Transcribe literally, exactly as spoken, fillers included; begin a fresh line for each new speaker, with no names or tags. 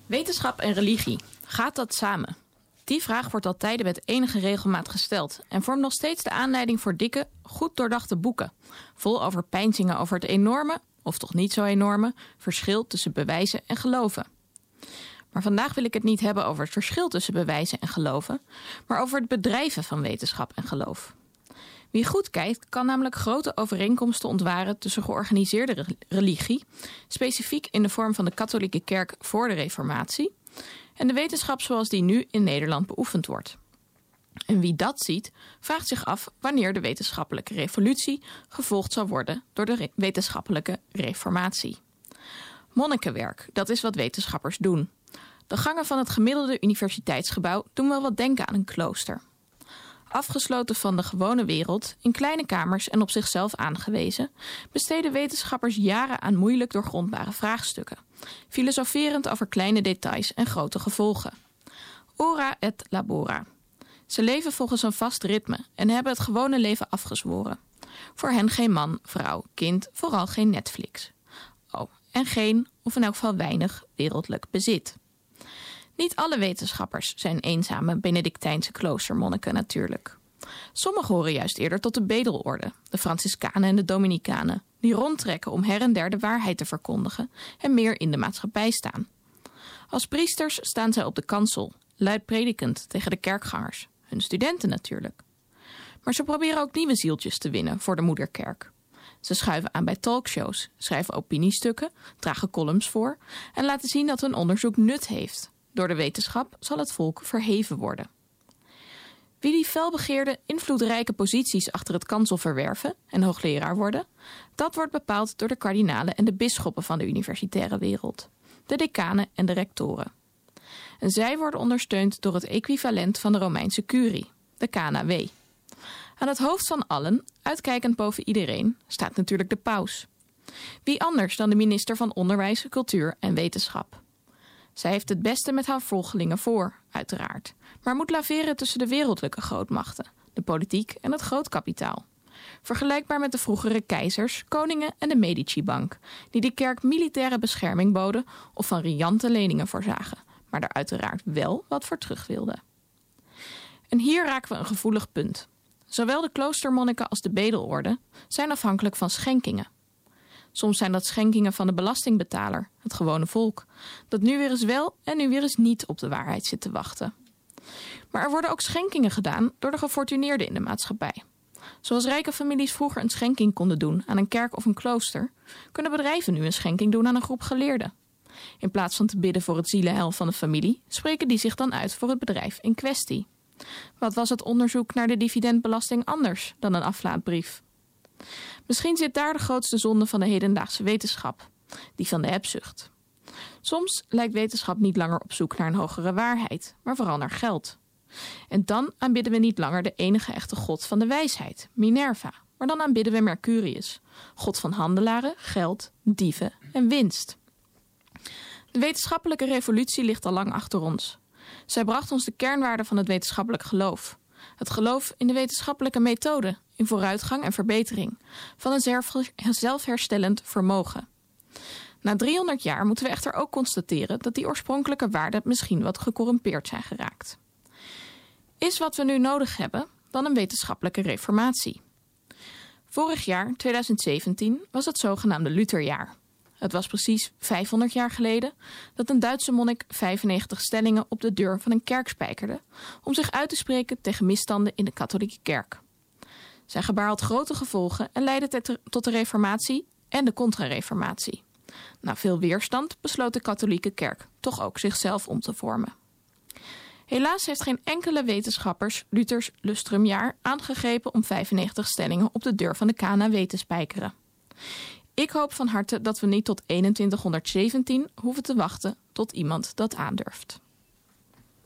Wetenschap en religie, gaat dat samen? Die vraag wordt al tijden met enige regelmaat gesteld en vormt nog steeds de aanleiding voor dikke, goed doordachte boeken, vol overpeinzingen over het enorme, of toch niet zo enorme, verschil tussen bewijzen en geloven. Maar vandaag wil ik het niet hebben over het verschil tussen bewijzen en geloven, maar over het bedrijven van wetenschap en geloof. Wie goed kijkt, kan namelijk grote overeenkomsten ontwaren tussen georganiseerde religie, specifiek in de vorm van de katholieke kerk voor de Reformatie, en de wetenschap zoals die nu in Nederland beoefend wordt. En wie dat ziet, vraagt zich af wanneer de wetenschappelijke revolutie gevolgd zal worden door de re- wetenschappelijke reformatie. Monnikenwerk, dat is wat wetenschappers doen. De gangen van het gemiddelde universiteitsgebouw doen wel wat denken aan een klooster. Afgesloten van de gewone wereld, in kleine kamers en op zichzelf aangewezen, besteden wetenschappers jaren aan moeilijk doorgrondbare vraagstukken, filosoferend over kleine details en grote gevolgen. Ora et labora. Ze leven volgens een vast ritme en hebben het gewone leven afgezworen. Voor hen geen man, vrouw, kind, vooral geen Netflix. Oh, en geen, of in elk geval weinig, wereldlijk bezit. Niet alle wetenschappers zijn eenzame Benedictijnse kloostermonniken natuurlijk. Sommigen horen juist eerder tot de bedelorde, de Franciscanen en de Dominicanen, die rondtrekken om her en der de waarheid te verkondigen en meer in de maatschappij staan. Als priesters staan zij op de kansel, luid predikend tegen de kerkgangers, hun studenten natuurlijk. Maar ze proberen ook nieuwe zieltjes te winnen voor de moederkerk. Ze schuiven aan bij talkshows, schrijven opiniestukken, dragen columns voor en laten zien dat hun onderzoek nut heeft. Door de wetenschap zal het volk verheven worden. Wie die felbegeerde, invloedrijke posities achter het kansel verwerven en hoogleraar worden, dat wordt bepaald door de kardinalen en de bisschoppen van de universitaire wereld, de decanen en de rectoren. En zij worden ondersteund door het equivalent van de Romeinse curie, de K N W. Aan het hoofd van allen, uitkijkend boven iedereen, staat natuurlijk de paus. Wie anders dan de minister van Onderwijs, Cultuur en Wetenschap. Zij heeft het beste met haar volgelingen voor, uiteraard, maar moet laveren tussen de wereldlijke grootmachten, de politiek en het grootkapitaal. Vergelijkbaar met de vroegere keizers, koningen en de Medici-bank, die de kerk militaire bescherming boden of van riante leningen voorzagen, maar daar uiteraard wel wat voor terug wilden. En hier raken we een gevoelig punt. Zowel de kloostermonniken als de bedelorde zijn afhankelijk van schenkingen. Soms zijn dat schenkingen van de belastingbetaler, het gewone volk, dat nu weer eens wel en nu weer eens niet op de waarheid zit te wachten. Maar er worden ook schenkingen gedaan door de gefortuneerden in de maatschappij. Zoals rijke families vroeger een schenking konden doen aan een kerk of een klooster, kunnen bedrijven nu een schenking doen aan een groep geleerden. In plaats van te bidden voor het zielenheil van de familie, spreken die zich dan uit voor het bedrijf in kwestie. Wat was het onderzoek naar de dividendbelasting anders dan een aflaatbrief? Misschien zit daar de grootste zonde van de hedendaagse wetenschap, die van de hebzucht. Soms lijkt wetenschap niet langer op zoek naar een hogere waarheid, maar vooral naar geld. En dan aanbidden we niet langer de enige echte god van de wijsheid, Minerva, maar dan aanbidden we Mercurius, god van handelaren, geld, dieven en winst. De wetenschappelijke revolutie ligt al lang achter ons. Zij bracht ons de kernwaarden van het wetenschappelijk geloof. Het geloof in de wetenschappelijke methode, in vooruitgang en verbetering, van een zelfherstellend vermogen. Na driehonderd jaar moeten we echter ook constateren dat die oorspronkelijke waarden misschien wat gecorrumpeerd zijn geraakt. Is wat we nu nodig hebben dan een wetenschappelijke reformatie? Vorig jaar, tweeduizend zeventien, was het zogenaamde Lutherjaar. Het was precies vijfhonderd jaar geleden dat een Duitse monnik vijfennegentig stellingen op de deur van een kerk spijkerde om zich uit te spreken tegen misstanden in de katholieke kerk. Zijn gebaar had grote gevolgen en leidde tot de reformatie en de contra-reformatie. Na veel weerstand besloot de katholieke kerk toch ook zichzelf om te vormen. Helaas heeft geen enkele wetenschapper Luthers lustrumjaar aangegrepen om vijfennegentig stellingen op de deur van de K N W te spijkeren. Ik hoop van harte dat we niet tot eenentwintighonderdzeventien hoeven te wachten tot iemand dat aandurft.